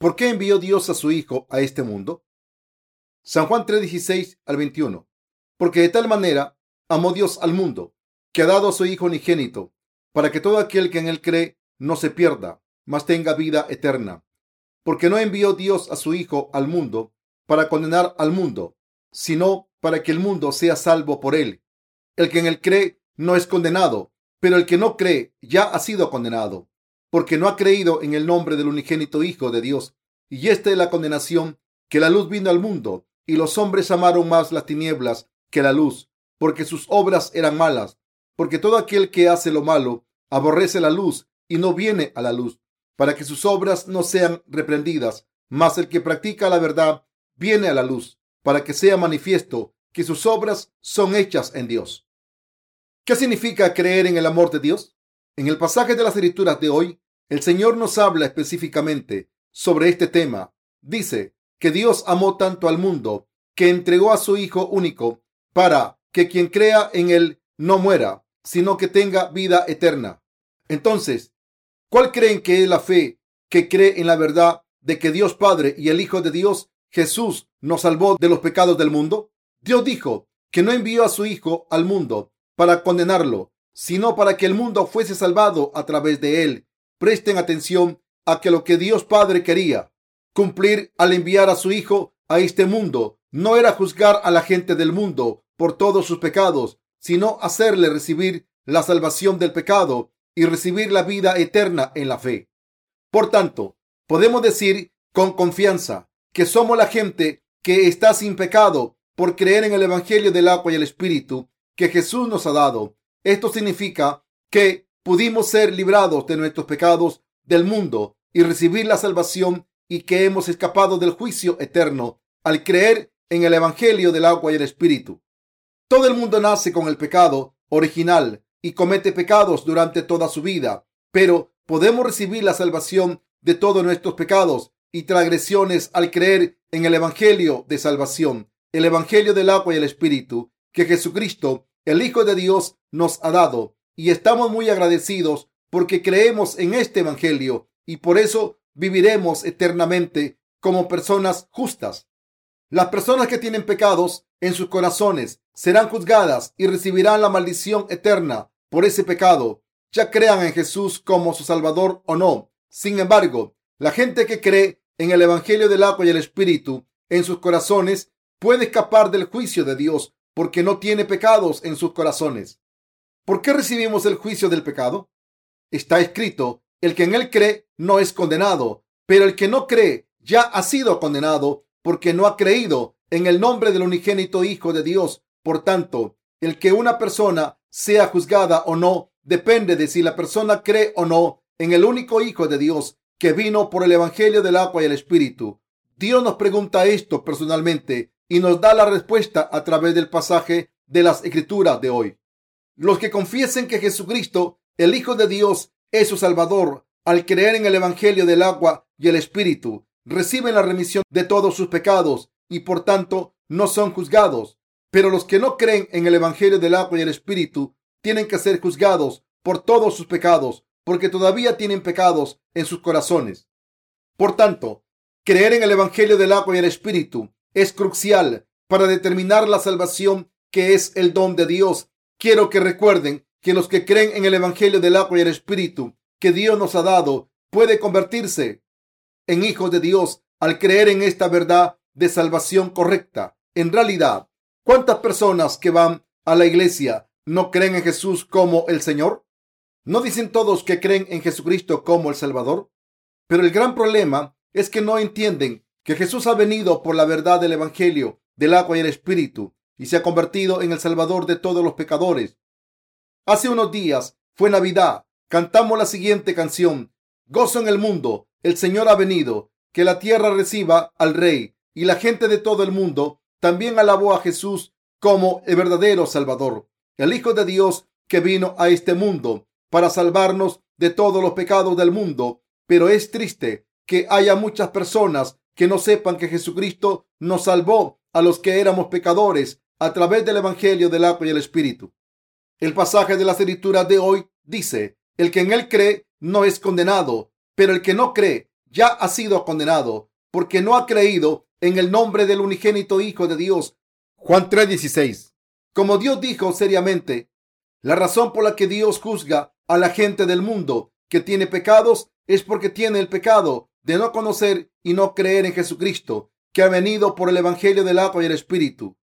¿Por qué envió Dios a su Hijo a este mundo? San Juan 3:16 al 21. Porque de tal manera amó Dios al mundo, que ha dado a su Hijo unigénito, para que todo aquel que en él cree no se pierda, mas tenga vida eterna. Porque no envió Dios a su Hijo al mundo para condenar al mundo, sino para que el mundo sea salvo por él. El que en él cree no es condenado, pero el que no cree ya ha sido condenado, porque no ha creído en el nombre del unigénito Hijo de Dios. Y esta es la condenación, que la luz vino al mundo, y los hombres amaron más las tinieblas que la luz, porque sus obras eran malas. Porque todo aquel que hace lo malo aborrece la luz y no viene a la luz, para que sus obras no sean reprendidas. Mas el que practica la verdad viene a la luz, para que sea manifiesto que sus obras son hechas en Dios. ¿Qué significa creer en el amor de Dios? En el pasaje de las Escrituras de hoy, el Señor nos habla específicamente sobre este tema. Dice que Dios amó tanto al mundo que entregó a su Hijo único para que quien crea en él no muera, sino que tenga vida eterna. Entonces, ¿cuál creen que es la fe que cree en la verdad de que Dios Padre y el Hijo de Dios, Jesús, nos salvó de los pecados del mundo? Dios dijo que no envió a su Hijo al mundo para condenarlo, sino para que el mundo fuese salvado a través de él. Presten atención a que lo que Dios Padre quería cumplir al enviar a su Hijo a este mundo no era juzgar a la gente del mundo por todos sus pecados, sino hacerle recibir la salvación del pecado y recibir la vida eterna en la fe. Por tanto, podemos decir con confianza que somos la gente que está sin pecado por creer en el Evangelio del agua y el Espíritu que Jesús nos ha dado. Esto significa que pudimos ser librados de nuestros pecados del mundo y recibir la salvación, y que hemos escapado del juicio eterno al creer en el Evangelio del agua y el Espíritu. Todo el mundo nace con el pecado original y comete pecados durante toda su vida, pero podemos recibir la salvación de todos nuestros pecados y transgresiones al creer en el Evangelio de salvación, el Evangelio del agua y el Espíritu, que Jesucristo, el Hijo de Dios, nos ha dado. Y estamos muy agradecidos porque creemos en este Evangelio, y por eso viviremos eternamente como personas justas. Las personas que tienen pecados en sus corazones serán juzgadas y recibirán la maldición eterna por ese pecado, ya crean en Jesús como su Salvador o no. Sin embargo, la gente que cree en el Evangelio del agua y el Espíritu en sus corazones puede escapar del juicio de Dios porque no tiene pecados en sus corazones. ¿Por qué recibimos el juicio del pecado? Está escrito: el que en él cree no es condenado, pero el que no cree ya ha sido condenado porque no ha creído en el nombre del unigénito Hijo de Dios. Por tanto, el que una persona sea juzgada o no depende de si la persona cree o no en el único Hijo de Dios que vino por el Evangelio del agua y el Espíritu. Dios nos pregunta esto personalmente y nos da la respuesta a través del pasaje de las Escrituras de hoy. Los que confiesen que Jesucristo, el Hijo de Dios, es su Salvador, al creer en el Evangelio del agua y el Espíritu, reciben la remisión de todos sus pecados y por tanto no son juzgados. Pero los que no creen en el Evangelio del agua y el Espíritu tienen que ser juzgados por todos sus pecados, porque todavía tienen pecados en sus corazones. Por tanto, creer en el Evangelio del agua y el Espíritu es crucial para determinar la salvación, que es el don de Dios. Quiero que recuerden que los que creen en el Evangelio del agua y el Espíritu que Dios nos ha dado puede convertirse en hijos de Dios al creer en esta verdad de salvación correcta. En realidad, ¿cuántas personas que van a la iglesia no creen en Jesús como el Señor? ¿No dicen todos que creen en Jesucristo como el Salvador? Pero el gran problema es que no entienden que Jesús ha venido por la verdad del Evangelio del agua y el Espíritu y se ha convertido en el Salvador de todos los pecadores. Hace unos días fue Navidad. Cantamos la siguiente canción: gozo en el mundo, el Señor ha venido, que la tierra reciba al Rey. Y la gente de todo el mundo también alabó a Jesús como el verdadero Salvador, el Hijo de Dios que vino a este mundo para salvarnos de todos los pecados del mundo. Pero es triste que haya muchas personas que no sepan que Jesucristo nos salvó a los que éramos pecadores a través del Evangelio del agua y el Espíritu. El pasaje de las Escrituras de hoy dice: el que en él cree no es condenado, pero el que no cree ya ha sido condenado porque no ha creído en el nombre del unigénito Hijo de Dios. Juan 3:16. Como Dios dijo seriamente, la razón por la que Dios juzga a la gente del mundo que tiene pecados es porque tiene el pecado de no conocer y no creer en Jesucristo, que ha venido por el Evangelio del agua y el Espíritu.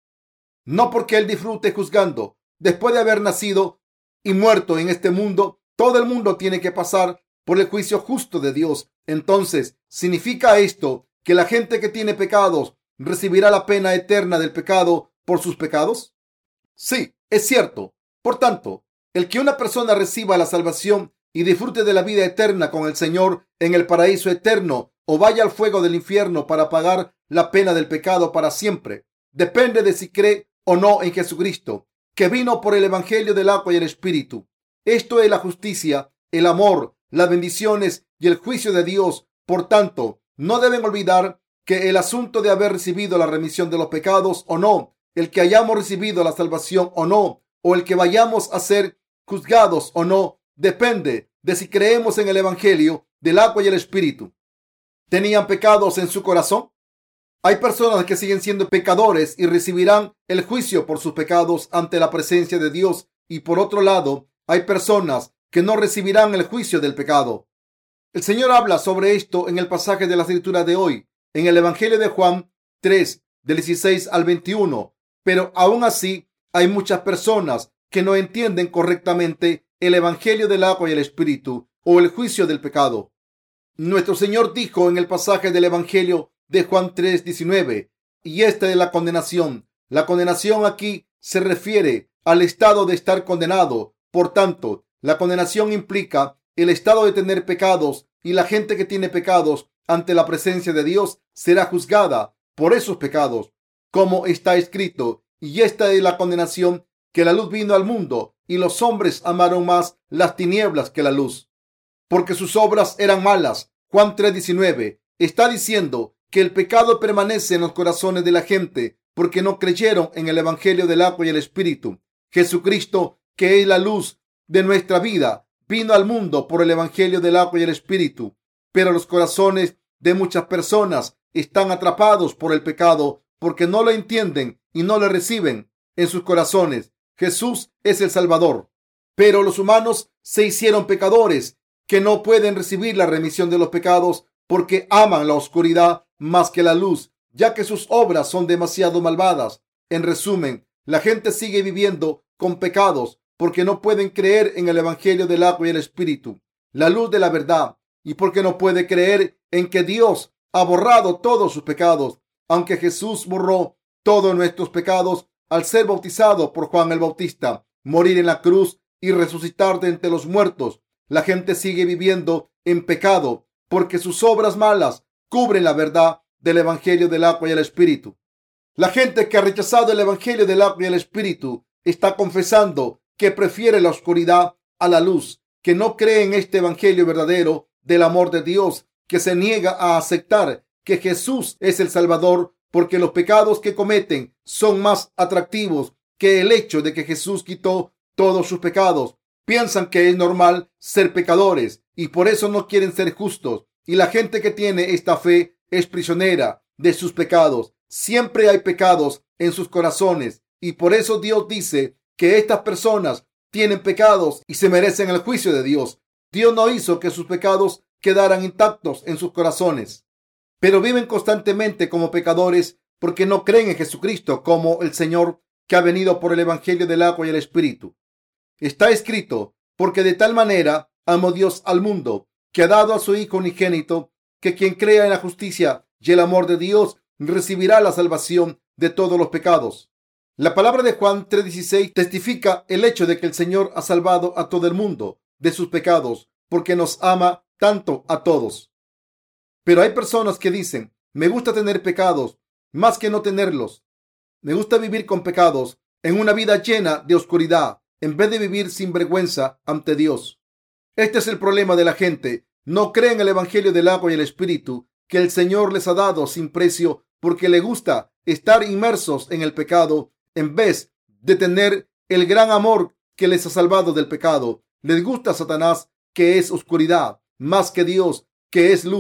No porque Él disfrute juzgando. Después de haber nacido y muerto en este mundo, todo el mundo tiene que pasar por el juicio justo de Dios. Entonces, ¿significa esto que la gente que tiene pecados recibirá la pena eterna del pecado por sus pecados? Sí, es cierto. Por tanto, el que una persona reciba la salvación y disfrute de la vida eterna con el Señor en el paraíso eterno o vaya al fuego del infierno para pagar la pena del pecado para siempre, depende de si cree o no en Jesucristo, que vino por el Evangelio del agua y el Espíritu. Esto es la justicia, el amor, las bendiciones y el juicio de Dios. Por tanto, no deben olvidar que el asunto de haber recibido la remisión de los pecados o no, el que hayamos recibido la salvación o no, o el que vayamos a ser juzgados o no, depende de si creemos en el Evangelio del agua y el Espíritu. ¿Tenían pecados en su corazón? Hay personas que siguen siendo pecadores y recibirán el juicio por sus pecados ante la presencia de Dios. Y por otro lado, hay personas que no recibirán el juicio del pecado. El Señor habla sobre esto en el pasaje de la Escritura de hoy, en el Evangelio de Juan 3, del 16 al 21. Pero aún así, hay muchas personas que no entienden correctamente el Evangelio del agua y el Espíritu o el juicio del pecado. Nuestro Señor dijo en el pasaje del Evangelio de Juan 3:19, y esta es la condenación. La condenación aquí se refiere al estado de estar condenado. Por tanto, la condenación implica el estado de tener pecados, y la gente que tiene pecados ante la presencia de Dios será juzgada por esos pecados, como está escrito. Y esta es la condenación, que la luz vino al mundo, y los hombres amaron más las tinieblas que la luz, porque sus obras eran malas. Juan 3:19 está diciendo que el pecado permanece en los corazones de la gente porque no creyeron en el Evangelio del agua y el Espíritu. Jesucristo, que es la luz de nuestra vida, vino al mundo por el Evangelio del agua y el Espíritu, pero los corazones de muchas personas están atrapados por el pecado porque no lo entienden y no lo reciben en sus corazones. Jesús es el Salvador, pero los humanos se hicieron pecadores que no pueden recibir la remisión de los pecados porque aman la oscuridad más que la luz, ya que sus obras son demasiado malvadas. En resumen, la gente sigue viviendo con pecados porque no pueden creer en el Evangelio del agua y el Espíritu, la luz de la verdad, y porque no puede creer en que Dios ha borrado todos sus pecados. Aunque Jesús borró todos nuestros pecados al ser bautizado por Juan el Bautista, morir en la cruz y resucitar de entre los muertos, la gente sigue viviendo en pecado porque sus obras malas cubren la verdad del Evangelio del agua y el Espíritu. La gente que ha rechazado el Evangelio del agua y el Espíritu está confesando que prefiere la oscuridad a la luz, que no cree en este Evangelio verdadero del amor de Dios, que se niega a aceptar que Jesús es el Salvador porque los pecados que cometen son más atractivos que el hecho de que Jesús quitó todos sus pecados. Piensan que es normal ser pecadores y por eso no quieren ser justos. Y la gente que tiene esta fe es prisionera de sus pecados. Siempre hay pecados en sus corazones y por eso Dios dice que estas personas tienen pecados y se merecen el juicio de Dios. Dios no hizo que sus pecados quedaran intactos en sus corazones, pero viven constantemente como pecadores porque no creen en Jesucristo como el Señor que ha venido por el Evangelio del agua y el Espíritu. Está escrito, porque de tal manera amó Dios al mundo, que ha dado a su Hijo unigénito, que quien crea en la justicia y el amor de Dios recibirá la salvación de todos los pecados. La palabra de Juan 3:16 testifica el hecho de que el Señor ha salvado a todo el mundo de sus pecados, porque nos ama tanto a todos. Pero hay personas que dicen, me gusta tener pecados más que no tenerlos. Me gusta vivir con pecados en una vida llena de oscuridad, en vez de vivir sin vergüenza ante Dios. Este es el problema de la gente. No creen el Evangelio del agua y el Espíritu que el Señor les ha dado sin precio porque le gusta estar inmersos en el pecado en vez de tener el gran amor que les ha salvado del pecado. Les gusta Satanás, que es oscuridad, más que Dios, que es luz.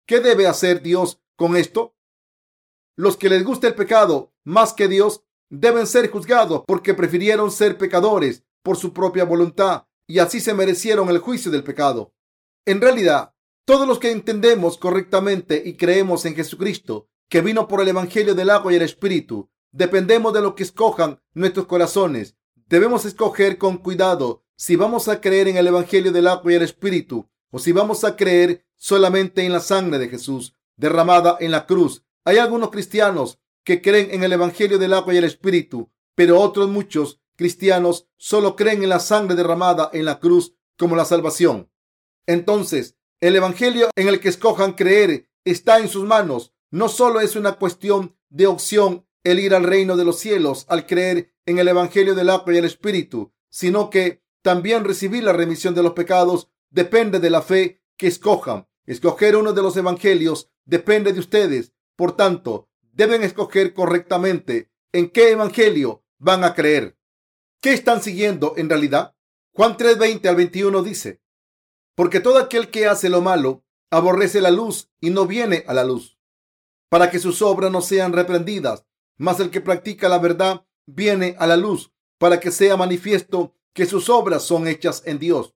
¿Qué debe hacer Dios con esto? Los que les gusta el pecado más que Dios deben ser juzgados porque prefirieron ser pecadores por su propia voluntad y así se merecieron el juicio del pecado. En realidad, todos los que entendemos correctamente y creemos en Jesucristo, que vino por el Evangelio del agua y el Espíritu, dependemos de lo que escojan nuestros corazones. Debemos escoger con cuidado si vamos a creer en el Evangelio del agua y el Espíritu o si vamos a creer solamente en la sangre de Jesús derramada en la cruz. Hay algunos cristianos que creen en el Evangelio del agua y el Espíritu, pero otros muchos cristianos solo creen en la sangre derramada en la cruz como la salvación. Entonces, el Evangelio en el que escojan creer está en sus manos. No solo es una cuestión de opción el ir al reino de los cielos al creer en el Evangelio del agua y el Espíritu, sino que también recibir la remisión de los pecados depende de la fe que escojan. Escoger uno de los evangelios depende de ustedes. Por tanto, deben escoger correctamente en qué evangelio van a creer. ¿Qué están siguiendo en realidad? Juan 3:20 al 21 dice: porque todo aquel que hace lo malo aborrece la luz y no viene a la luz, para que sus obras no sean reprendidas. Mas el que practica la verdad viene a la luz, para que sea manifiesto que sus obras son hechas en Dios.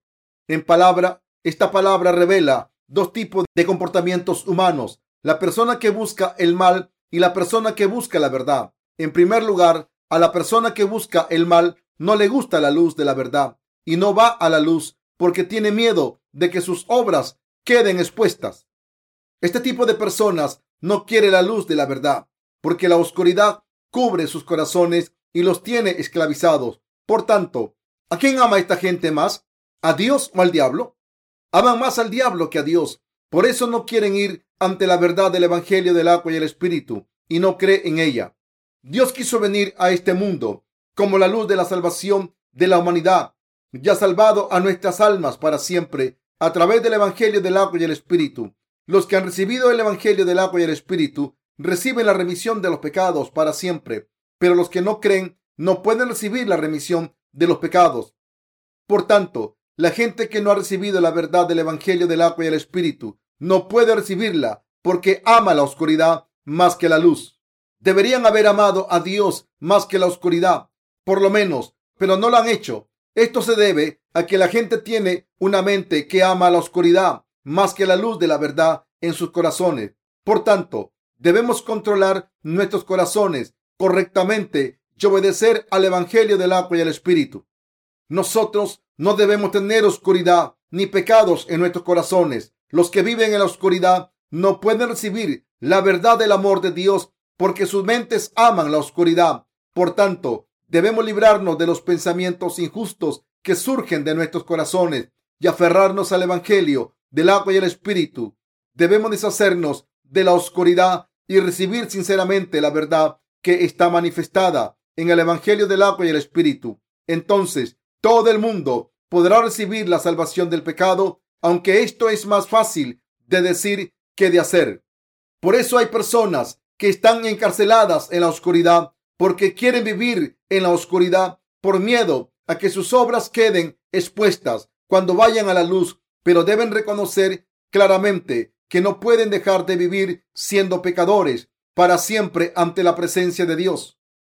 Esta palabra revela dos tipos de comportamientos humanos: la persona que busca el mal y la persona que busca la verdad. En primer lugar, a la persona que busca el mal no le gusta la luz de la verdad y no va a la luz porque tiene miedo de que sus obras queden expuestas. Este tipo de personas no quiere la luz de la verdad porque la oscuridad cubre sus corazones y los tiene esclavizados. Por tanto, ¿a quién ama esta gente más? ¿A Dios o al diablo? Aman más al diablo que a Dios. Por eso no quieren ir ante la verdad del Evangelio del agua y el Espíritu y no cree en ella. Dios quiso venir a este mundo como la luz de la salvación de la humanidad. Ya ha salvado a nuestras almas para siempre a través del Evangelio del agua y el Espíritu. Los que han recibido el Evangelio del agua y el Espíritu reciben la remisión de los pecados para siempre, pero los que no creen no pueden recibir la remisión de los pecados. Por tanto, la gente que no ha recibido la verdad del Evangelio del agua y el Espíritu no puede recibirla porque ama la oscuridad más que la luz. Deberían haber amado a Dios más que la oscuridad, por lo menos, pero no lo han hecho. Esto se debe a que la gente tiene una mente que ama la oscuridad más que la luz de la verdad en sus corazones. Por tanto, debemos controlar nuestros corazones correctamente y obedecer al Evangelio del agua y el Espíritu. Nosotros no debemos tener oscuridad ni pecados en nuestros corazones. Los que viven en la oscuridad no pueden recibir la verdad del amor de Dios porque sus mentes aman la oscuridad. Por tanto, debemos librarnos de los pensamientos injustos que surgen de nuestros corazones y aferrarnos al Evangelio del agua y el Espíritu. Debemos deshacernos de la oscuridad y recibir sinceramente la verdad que está manifestada en el Evangelio del agua y el Espíritu. Entonces, todo el mundo podrá recibir la salvación del pecado, aunque esto es más fácil de decir que de hacer. Por eso hay personas que están encarceladas en la oscuridad porque quieren vivir en la oscuridad por miedo a que sus obras queden expuestas cuando vayan a la luz, pero deben reconocer claramente que no pueden dejar de vivir siendo pecadores para siempre ante la presencia de Dios.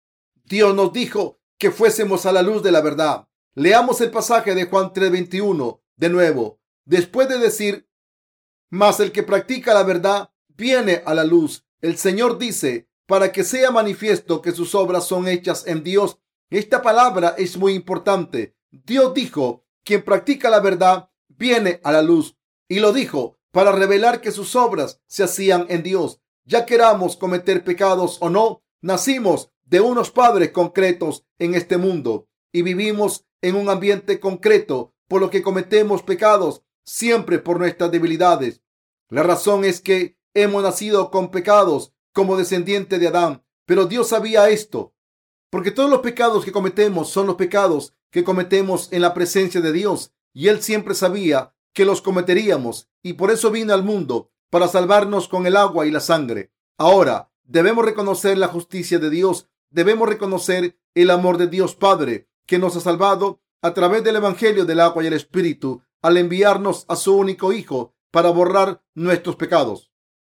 Dios nos dijo que fuésemos a la luz de la verdad. Leamos el pasaje de Juan 3:21 de nuevo. Después de decir, mas el que practica la verdad viene a la luz. El Señor dice, para que sea manifiesto que sus obras son hechas en Dios. Esta palabra es muy importante. Dios dijo, quien practica la verdad viene a la luz. Y lo dijo para revelar que sus obras se hacían en Dios. Ya queramos cometer pecados o no, nacimos de unos padres concretos en este mundo y vivimos en un ambiente concreto, por lo que cometemos pecados siempre por nuestras debilidades. La razón es que hemos nacido con pecados como descendiente de Adán, pero Dios sabía esto, porque todos los pecados que cometemos son los pecados que cometemos en la presencia de Dios, y Él siempre sabía que los cometeríamos, y por eso vino al mundo, para salvarnos con el agua y la sangre. Ahora, debemos reconocer la justicia de Dios, debemos reconocer el amor de Dios Padre, que nos ha salvado a través del Evangelio del agua y el Espíritu, al enviarnos a su único Hijo para borrar nuestros pecados.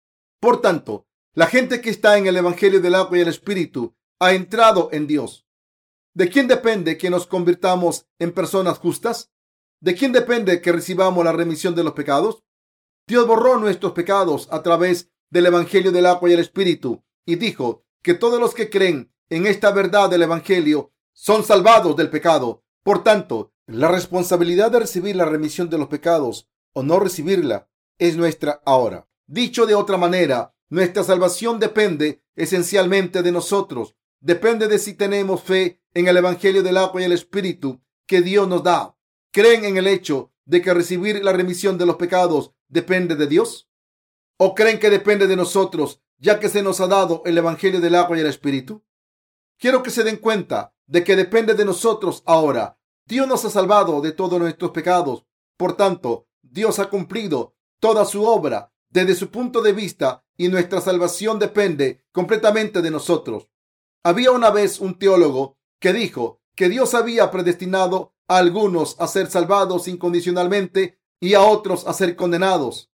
Por tanto, la gente que está en el Evangelio del agua y el Espíritu ha entrado en Dios. ¿De quién depende que nos convirtamos en personas justas? ¿De quién depende que recibamos la remisión de los pecados? Dios borró nuestros pecados a través del Evangelio del agua y el Espíritu y dijo que todos los que creen en esta verdad del Evangelio son salvados del pecado. Por tanto, la responsabilidad de recibir la remisión de los pecados o no recibirla es nuestra ahora. Dicho de otra manera, nuestra salvación depende esencialmente de nosotros. Depende de si tenemos fe en el Evangelio del agua y el Espíritu que Dios nos da. ¿Creen en el hecho de que recibir la remisión de los pecados depende de Dios? ¿O creen que depende de nosotros, ya que se nos ha dado el Evangelio del agua y el Espíritu? Quiero que se den cuenta de que depende de nosotros ahora. Dios nos ha salvado de todos nuestros pecados. Por tanto, Dios ha cumplido toda su obra desde su punto de vista y nuestra salvación depende completamente de nosotros. Había una vez un teólogo que dijo que Dios había predestinado a algunos a ser salvados incondicionalmente y a otros a ser condenados.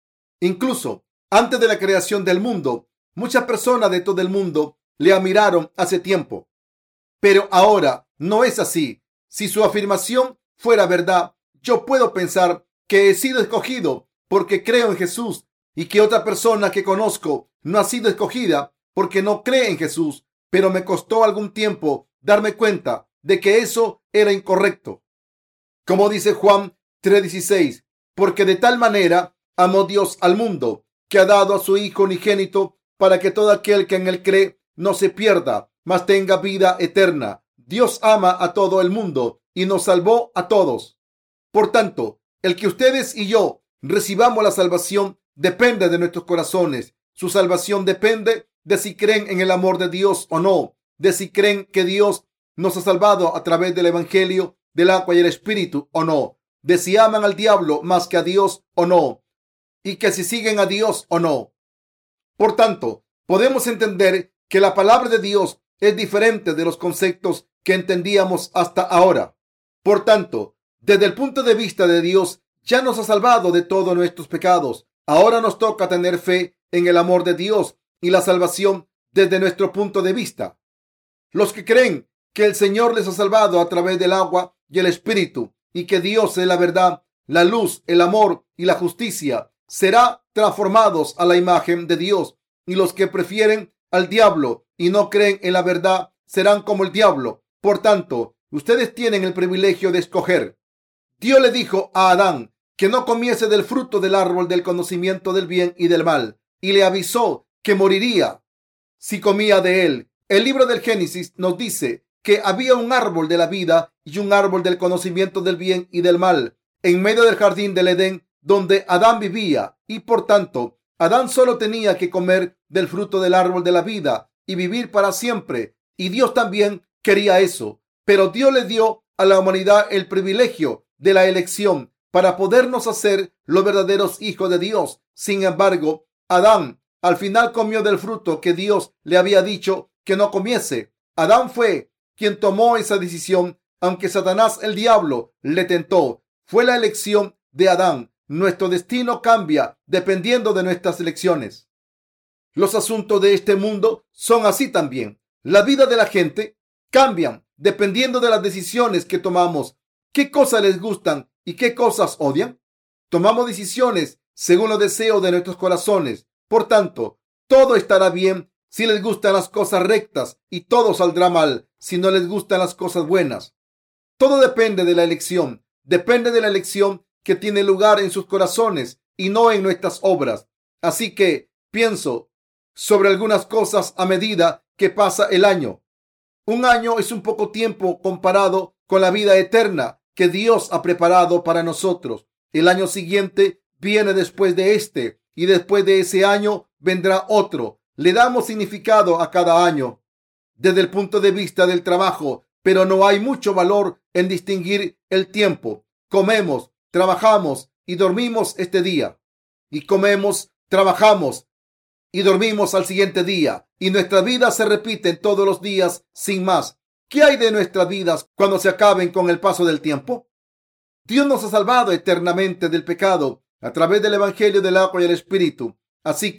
Incluso antes de la creación del mundo, muchas personas de todo el mundo le admiraron hace tiempo. Pero ahora no es así. Si su afirmación fuera verdad, yo puedo pensar que he sido escogido porque creo en Jesús y que otra persona que conozco no ha sido escogida porque no cree en Jesús, pero me costó algún tiempo darme cuenta de que eso era incorrecto. Como dice Juan 3:16, porque de tal manera amó Dios al mundo, que ha dado a su Hijo unigénito para que todo aquel que en él cree no se pierda, mas tenga vida eterna. Dios ama a todo el mundo y nos salvó a todos. Por tanto, el que ustedes y yo recibamos la salvación depende de nuestros corazones. Su salvación depende de si creen en el amor de Dios o no, de si creen que Dios nos ha salvado a través del Evangelio del agua y el Espíritu o no, de si aman al diablo más que a Dios o no, y que si siguen a Dios o no. Por tanto, podemos entender que la palabra de Dios es diferente de los conceptos que entendíamos hasta ahora. Por tanto, desde el punto de vista de Dios, ya nos ha salvado de todos nuestros pecados. Ahora nos toca tener fe en el amor de Dios y la salvación desde nuestro punto de vista. Los que creen que el Señor les ha salvado a través del agua y el Espíritu y que Dios es la verdad, la luz, el amor y la justicia, serán transformados a la imagen de Dios. Y los que prefieren al diablo y no creen en la verdad serán como el diablo. Por tanto, ustedes tienen el privilegio de escoger. Dios le dijo a Adán que no comiese del fruto del árbol del conocimiento del bien y del mal, y le avisó que moriría si comía de él. El libro del Génesis nos dice que había un árbol de la vida y un árbol del conocimiento del bien y del mal en medio del jardín del Edén donde Adán vivía, y por tanto Adán solo tenía que comer del fruto del árbol de la vida y vivir para siempre, y Dios también quería eso, pero Dios le dio a la humanidad el privilegio de la elección para podernos hacer los verdaderos hijos de Dios. Sin embargo, Adán al final comió del fruto que Dios le había dicho que no comiese. Adán fue quien tomó esa decisión, aunque Satanás, el diablo, le tentó. Fue la elección de Adán. Nuestro destino cambia dependiendo de nuestras elecciones. Los asuntos de este mundo son así también. La vida de la gente cambian dependiendo de las decisiones que tomamos. ¿Qué cosas les gustan y qué cosas odian? Tomamos decisiones según los deseos de nuestros corazones. Por tanto, todo estará bien si les gustan las cosas rectas y todo saldrá mal si no les gustan las cosas buenas. Todo depende de la elección. Depende de la elección que tiene lugar en sus corazones y no en nuestras obras. Así que pienso sobre algunas cosas a medida que pasa el año. Un año es un poco tiempo comparado con la vida eterna que Dios ha preparado para nosotros. El año siguiente viene después de este y después de ese año vendrá otro. Le damos significado a cada año desde el punto de vista del trabajo, pero no hay mucho valor en distinguir el tiempo. Comemos, trabajamos y dormimos este día. Y comemos, trabajamos y dormimos al siguiente día. Y nuestras vidas se repiten todos los días sin más. ¿Qué hay de nuestras vidas cuando se acaben con el paso del tiempo? Dios nos ha salvado eternamente del pecado a través del Evangelio del agua y el Espíritu. Así que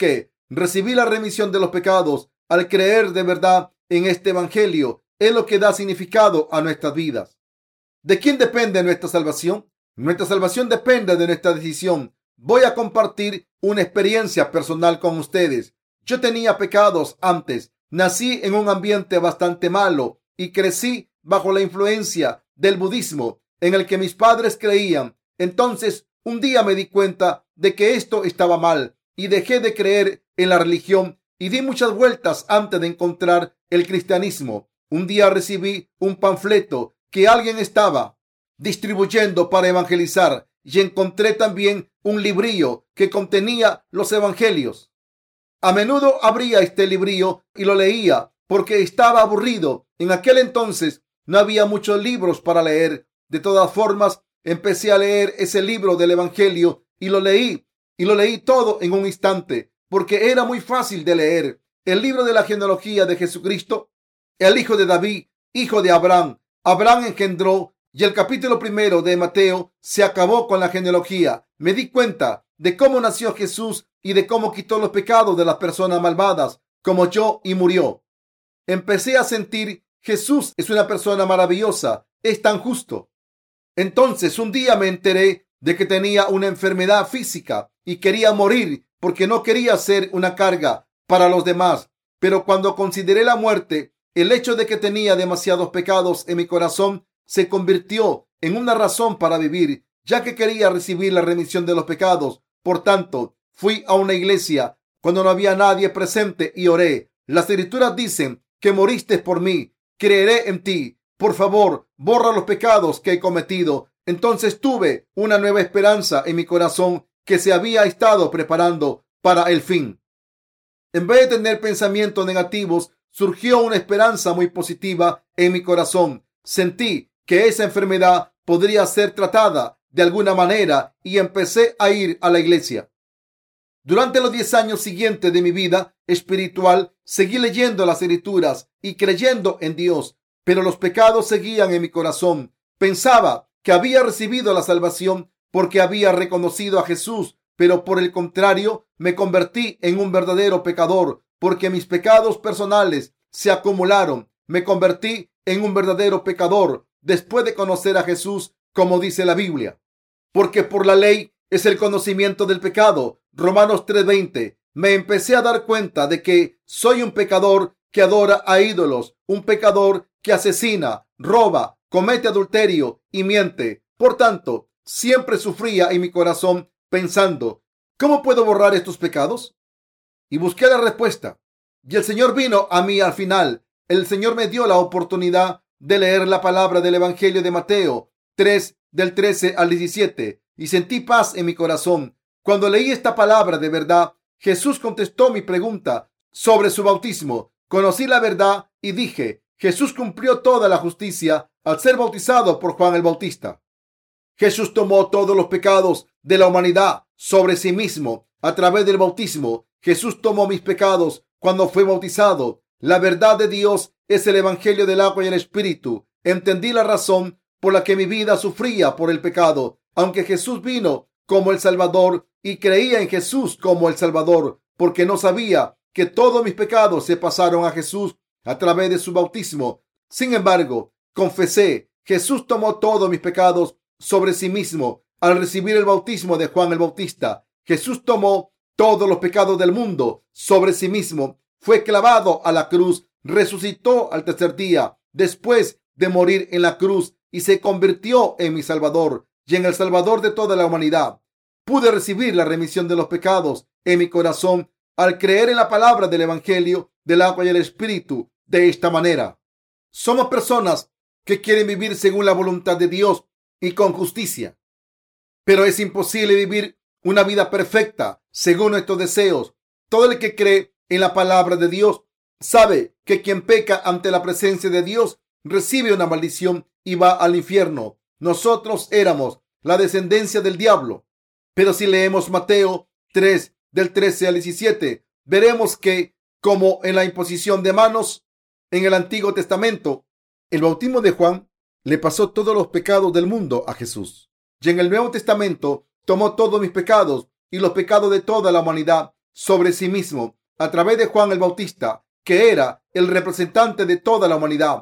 Recibir la remisión de los pecados al creer de verdad en este evangelio es lo que da significado a nuestras vidas. ¿De quién depende nuestra salvación? Nuestra salvación depende de nuestra decisión. Voy a compartir una experiencia personal con ustedes. Yo tenía pecados antes. Nací en un ambiente bastante malo y crecí bajo la influencia del budismo en el que mis padres creían. Entonces, un día me di cuenta de que esto estaba mal y dejé de creer en la religión y di muchas vueltas antes de encontrar el cristianismo. Un día recibí un panfleto que alguien estaba distribuyendo para evangelizar y encontré también un librillo que contenía los evangelios. A menudo abría este librillo y lo leía porque estaba aburrido. En aquel entonces no había muchos libros para leer. De todas formas, empecé a leer ese libro del evangelio y lo leí todo en un instante porque era muy fácil de leer. El libro de la genealogía de Jesucristo, el hijo de David, hijo de Abraham. Abraham engendró, y el capítulo 1 de Mateo se acabó con la genealogía. Me di cuenta de cómo nació Jesús y de cómo quitó los pecados de las personas malvadas como yo y murió. Empecé a sentir, Jesús es una persona maravillosa, es tan justo. Entonces un día me enteré de que tenía una enfermedad física y quería morir porque no quería ser una carga para los demás. Pero cuando consideré la muerte, el hecho de que tenía demasiados pecados en mi corazón se convirtió en una razón para vivir, ya que quería recibir la remisión de los pecados. Por tanto, fui a una iglesia cuando no había nadie presente y oré. Las escrituras dicen que moriste por mí. Creeré en ti. Por favor, borra los pecados que he cometido. Entonces tuve una nueva esperanza en mi corazón que se había estado preparando para el fin. En vez de tener pensamientos negativos, surgió una esperanza muy positiva en mi corazón. Sentí que esa enfermedad podría ser tratada de alguna manera y empecé a ir a la iglesia. Durante los 10 años siguientes de mi vida espiritual, seguí leyendo las escrituras y creyendo en Dios, pero los pecados seguían en mi corazón. Pensaba que había recibido la salvación porque había reconocido a Jesús, pero por el contrario, me convertí en un verdadero pecador porque mis pecados personales se acumularon. Me convertí en un verdadero pecador después de conocer a Jesús, como dice la Biblia. Porque por la ley es el conocimiento del pecado. Romanos 3:20. Me empecé a dar cuenta de que soy un pecador que adora a ídolos, un pecador que asesina, roba, comete adulterio y miente. Por tanto, siempre sufría en mi corazón pensando, ¿cómo puedo borrar estos pecados? Y busqué la respuesta. Y el Señor vino a mí al final. El Señor me dio la oportunidad de leer la palabra del Evangelio de Mateo 3, del 13 al 17, y sentí paz en mi corazón. Cuando leí esta palabra de verdad, Jesús contestó mi pregunta sobre su bautismo. Conocí la verdad y dije, Jesús cumplió toda la justicia al ser bautizado por Juan el Bautista. Jesús tomó todos los pecados de la humanidad sobre sí mismo a través del bautismo. Jesús tomó mis pecados cuando fue bautizado. La verdad de Dios es el evangelio del agua y el espíritu. Entendí la razón por la que mi vida sufría por el pecado. Aunque Jesús vino como el Salvador y creía en Jesús como el Salvador, porque no sabía que todos mis pecados se pasaron a Jesús a través de su bautismo. Sin embargo, confesé, Jesús tomó todos mis pecados sobre sí mismo al recibir el bautismo de Juan el Bautista. Jesús tomó todos los pecados del mundo sobre sí mismo. Fue clavado a la cruz, resucitó al tercer día después de morir en la cruz y se convirtió en mi Salvador y en el Salvador de toda la humanidad. Pude recibir la remisión de los pecados en mi corazón al creer en la palabra del Evangelio del agua y el Espíritu. De esta manera, somos personas que quieren vivir según la voluntad de Dios y con justicia. Pero es imposible vivir una vida perfecta según nuestros deseos. Todo el que cree en la palabra de Dios sabe que quien peca ante la presencia de Dios recibe una maldición y va al infierno. Nosotros éramos la descendencia del diablo. Pero si leemos Mateo 3, del 13 al 17, veremos que, como en la imposición de manos en el Antiguo Testamento, el bautismo de Juan le pasó todos los pecados del mundo a Jesús. Y en el Nuevo Testamento tomó todos mis pecados y los pecados de toda la humanidad sobre sí mismo. a través de Juan el Bautista, que era el representante de toda la humanidad.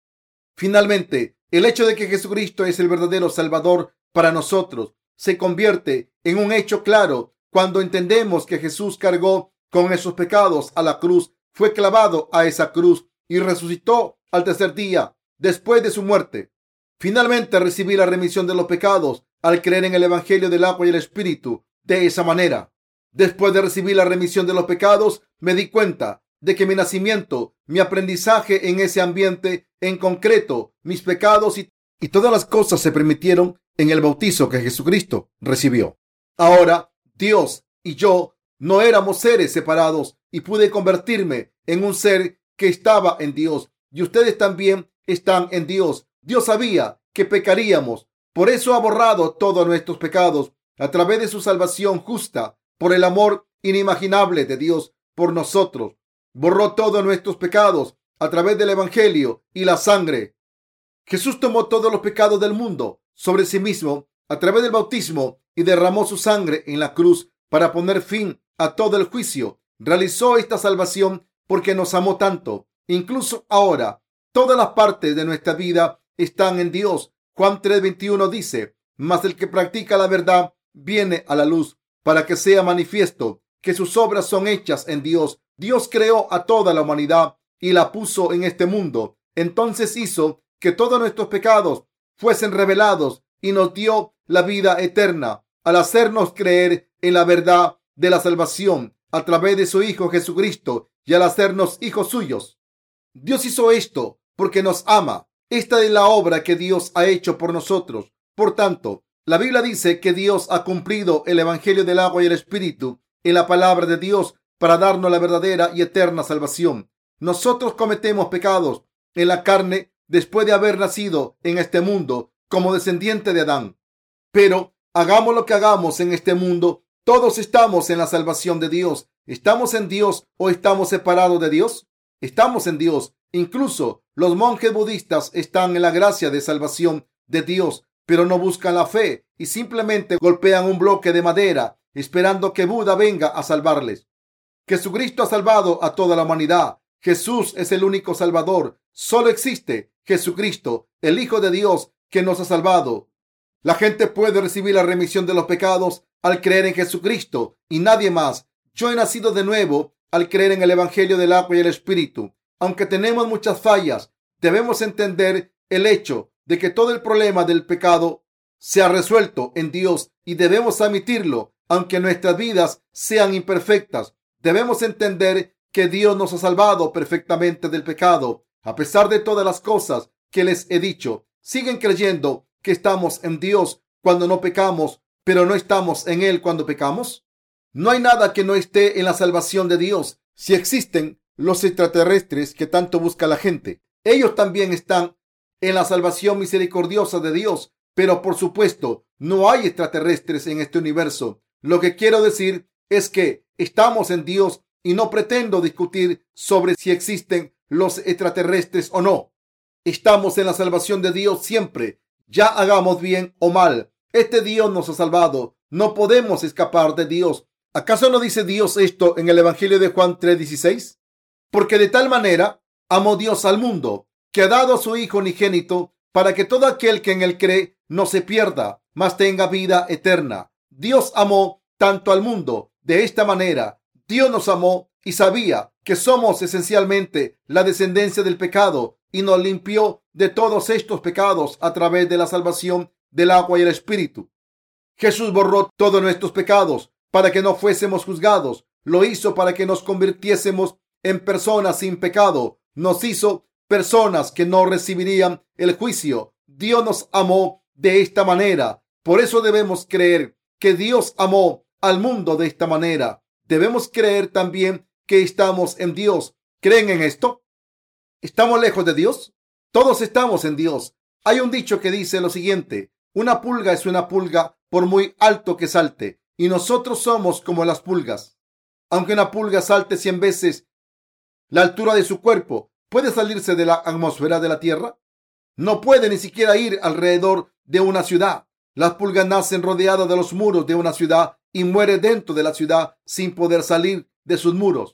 Finalmente, el hecho de que Jesucristo es el verdadero Salvador para nosotros se convierte en un hecho claro cuando entendemos que Jesús cargó con esos pecados a la cruz, fue clavado a esa cruz y resucitó al tercer día después de su muerte. Finalmente recibí la remisión de los pecados al creer en el Evangelio del agua y el Espíritu de esa manera. Después de recibir la remisión de los pecados, me di cuenta de que mi nacimiento, mi aprendizaje en ese ambiente en concreto, mis pecados y todas las cosas se permitieron en el bautizo que Jesucristo recibió. Ahora, Dios y yo no éramos seres separados y pude convertirme en un ser que estaba en Dios. Y ustedes también están en Dios. Dios sabía que pecaríamos. Por eso ha borrado todos nuestros pecados a través de su salvación justa, por el amor inimaginable de Dios por nosotros. Borró todos nuestros pecados a través del Evangelio y la sangre. Jesús tomó todos los pecados del mundo sobre sí mismo a través del bautismo y derramó su sangre en la cruz para poner fin a todo el juicio. Realizó esta salvación porque nos amó tanto. Incluso ahora, todas las partes de nuestra vida están en Dios. Juan 3:21 dice: mas el que practica la verdad viene a la luz para que sea manifiesto que sus obras son hechas en Dios. Dios creó a toda la humanidad y la puso en este mundo. Entonces hizo que todos nuestros pecados fuesen revelados y nos dio la vida eterna al hacernos creer en la verdad de la salvación a través de su Hijo Jesucristo y al hacernos hijos suyos. Dios hizo esto porque nos ama. Esta es la obra que Dios ha hecho por nosotros. Por tanto, la Biblia dice que Dios ha cumplido el Evangelio del agua y el Espíritu en la palabra de Dios para darnos la verdadera y eterna salvación. Nosotros cometemos pecados en la carne después de haber nacido en este mundo como descendiente de Adán. Pero hagamos lo que hagamos en este mundo, todos estamos en la salvación de Dios. ¿Estamos en Dios o estamos separados de Dios? Estamos en Dios. Incluso los monjes budistas están en la gracia de salvación de Dios, pero no buscan la fe y simplemente golpean un bloque de madera esperando que Buda venga a salvarles. Jesucristo ha salvado a toda la humanidad. Jesús es el único Salvador. Solo existe Jesucristo, el Hijo de Dios, que nos ha salvado. La gente puede recibir la remisión de los pecados al creer en Jesucristo y nadie más. Yo he nacido de nuevo al creer en el Evangelio del agua y el Espíritu. Aunque tenemos muchas fallas, debemos entender el hecho de que todo el problema del pecado se ha resuelto en Dios y debemos admitirlo, aunque nuestras vidas sean imperfectas. Debemos entender que Dios nos ha salvado perfectamente del pecado. A pesar de todas las cosas que les he dicho, siguen creyendo que estamos en Dios cuando no pecamos, pero no estamos en Él cuando pecamos. No hay nada que no esté en la salvación de Dios. Si existen los extraterrestres que tanto busca la gente, ellos también están en la salvación misericordiosa de Dios. Pero por supuesto, no hay extraterrestres en este universo. Lo que quiero decir es que estamos en Dios y no pretendo discutir sobre si existen los extraterrestres o no. Estamos en la salvación de Dios siempre, ya hagamos bien o mal. Este Dios nos ha salvado. No podemos escapar de Dios. ¿Acaso no dice Dios esto en el Evangelio de Juan 3:16? Porque de tal manera amó Dios al mundo, que ha dado a su Hijo unigénito, para que todo aquel que en él cree no se pierda, mas tenga vida eterna. Dios amó tanto al mundo de esta manera. Dios nos amó y sabía que somos esencialmente la descendencia del pecado y nos limpió de todos estos pecados a través de la salvación del agua y el Espíritu. Jesús borró todos nuestros pecados para que no fuésemos juzgados. Lo hizo para que nos convirtiésemos en personas sin pecado. Nos hizo personas que no recibirían el juicio. Dios nos amó de esta manera. Por eso debemos creer que Dios amó al mundo de esta manera. Debemos creer también que estamos en Dios. ¿Creen en esto? ¿Estamos lejos de Dios? Todos estamos en Dios. Hay un dicho que dice lo siguiente: una pulga es una pulga por muy alto que salte, y nosotros somos como las pulgas. Aunque una pulga salte 100 veces la altura de su cuerpo, ¿puede salirse de la atmósfera de la Tierra? No puede ni siquiera ir alrededor de una ciudad. Las pulgas nacen rodeadas de los muros de una ciudad y mueren dentro de la ciudad sin poder salir de sus muros.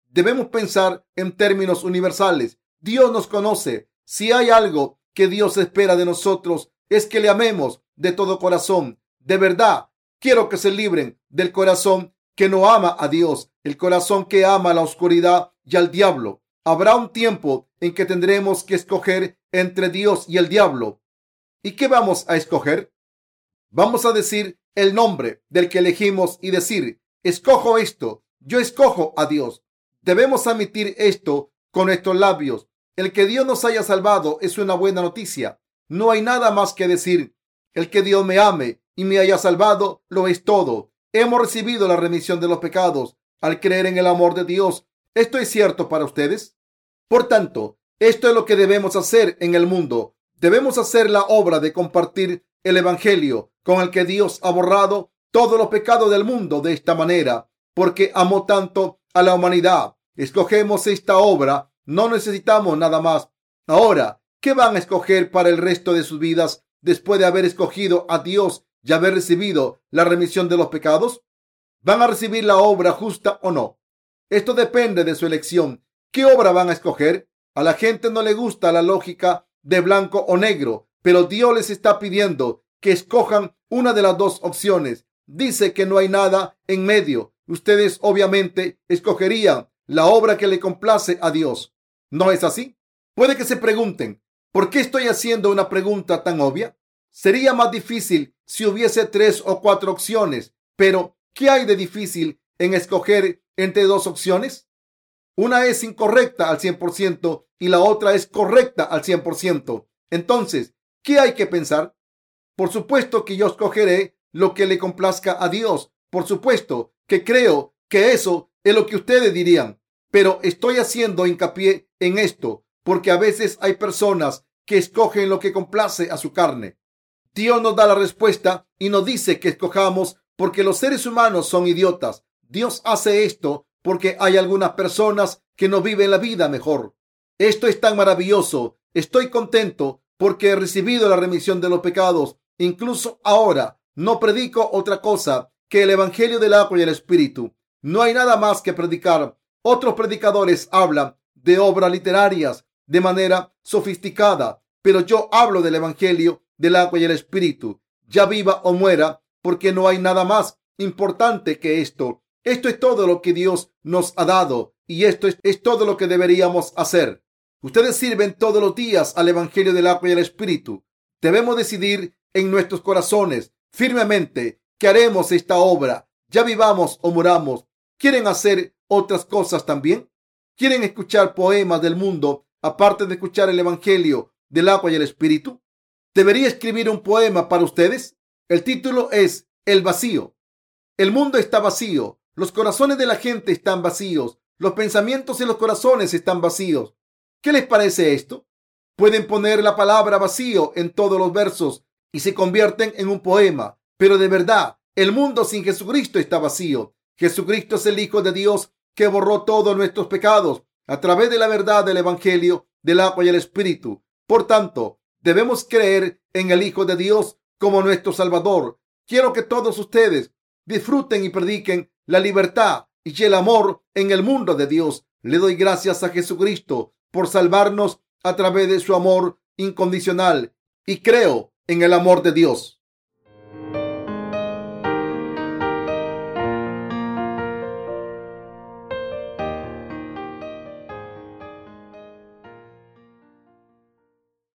Debemos pensar en términos universales. Dios nos conoce. Si hay algo que Dios espera de nosotros, es que le amemos de todo corazón. De verdad, quiero que se libren del corazón que no ama a Dios, el corazón que ama a la oscuridad y al diablo. Habrá un tiempo en que tendremos que escoger entre Dios y el diablo. ¿Y qué vamos a escoger? Vamos a decir el nombre del que elegimos y decir: escojo esto, yo escojo a Dios. Debemos admitir esto con nuestros labios. El que Dios nos haya salvado es una buena noticia. No hay nada más que decir. El que Dios me ame y me haya salvado lo es todo. Hemos recibido la remisión de los pecados al creer en el amor de Dios. ¿Esto es cierto para ustedes? Por tanto, esto es lo que debemos hacer en el mundo. Debemos hacer la obra de compartir el evangelio con el que Dios ha borrado todos los pecados del mundo de esta manera, porque amó tanto a la humanidad. Escogemos esta obra, no necesitamos nada más. Ahora, ¿qué van a escoger para el resto de sus vidas después de haber escogido a Dios y haber recibido la remisión de los pecados? ¿Van a recibir la obra justa o no? Esto depende de su elección. ¿Qué obra van a escoger? A la gente no le gusta la lógica de blanco o negro, pero Dios les está pidiendo que escojan una de las dos opciones. Dice que no hay nada en medio. Ustedes obviamente escogerían la obra que le complace a Dios. ¿No es así? Puede que se pregunten: ¿por qué estoy haciendo una pregunta tan obvia? Sería más difícil si hubiese 3 o 4 opciones, pero ¿qué hay de difícil en escoger entre dos opciones? Una es incorrecta al 100% y la otra es correcta al 100%. Entonces, ¿qué hay que pensar? Por supuesto que yo escogeré lo que le complazca a Dios. Por supuesto que creo que eso es lo que ustedes dirían. Pero estoy haciendo hincapié en esto porque a veces hay personas que escogen lo que complace a su carne. Dios nos da la respuesta y nos dice que escojamos porque los seres humanos son idiotas. Dios hace esto porque hay algunas personas que no viven la vida mejor. Esto es tan maravilloso. Estoy contento porque he recibido la remisión de los pecados. Incluso ahora no predico otra cosa que el evangelio del agua y el espíritu. No hay nada más que predicar. Otros predicadores hablan de obras literarias de manera sofisticada, pero yo hablo del evangelio del agua y el espíritu, ya viva o muera, porque no hay nada más importante que esto. Esto es todo lo que Dios nos ha dado y esto es todo lo que deberíamos hacer. Ustedes sirven todos los días al evangelio del agua y el espíritu. Debemos decidir en nuestros corazones firmemente que haremos esta obra, ya vivamos o muramos. ¿Quieren hacer otras cosas también? ¿Quieren escuchar poemas del mundo aparte de escuchar el evangelio del agua y el espíritu? ¿Debería escribir un poema para ustedes? El título es El vacío. El mundo está vacío. Los corazones de la gente están vacíos. Los pensamientos en los corazones están vacíos. ¿Qué les parece esto? Pueden poner la palabra vacío en todos los versos y se convierten en un poema. Pero de verdad, el mundo sin Jesucristo está vacío. Jesucristo es el Hijo de Dios que borró todos nuestros pecados a través de la verdad del evangelio del agua y el espíritu. Por tanto, debemos creer en el Hijo de Dios como nuestro Salvador. Quiero que todos ustedes disfruten y prediquen la libertad y el amor en el mundo de Dios. Le doy gracias a Jesucristo por salvarnos a través de su amor incondicional y creo en el amor de Dios.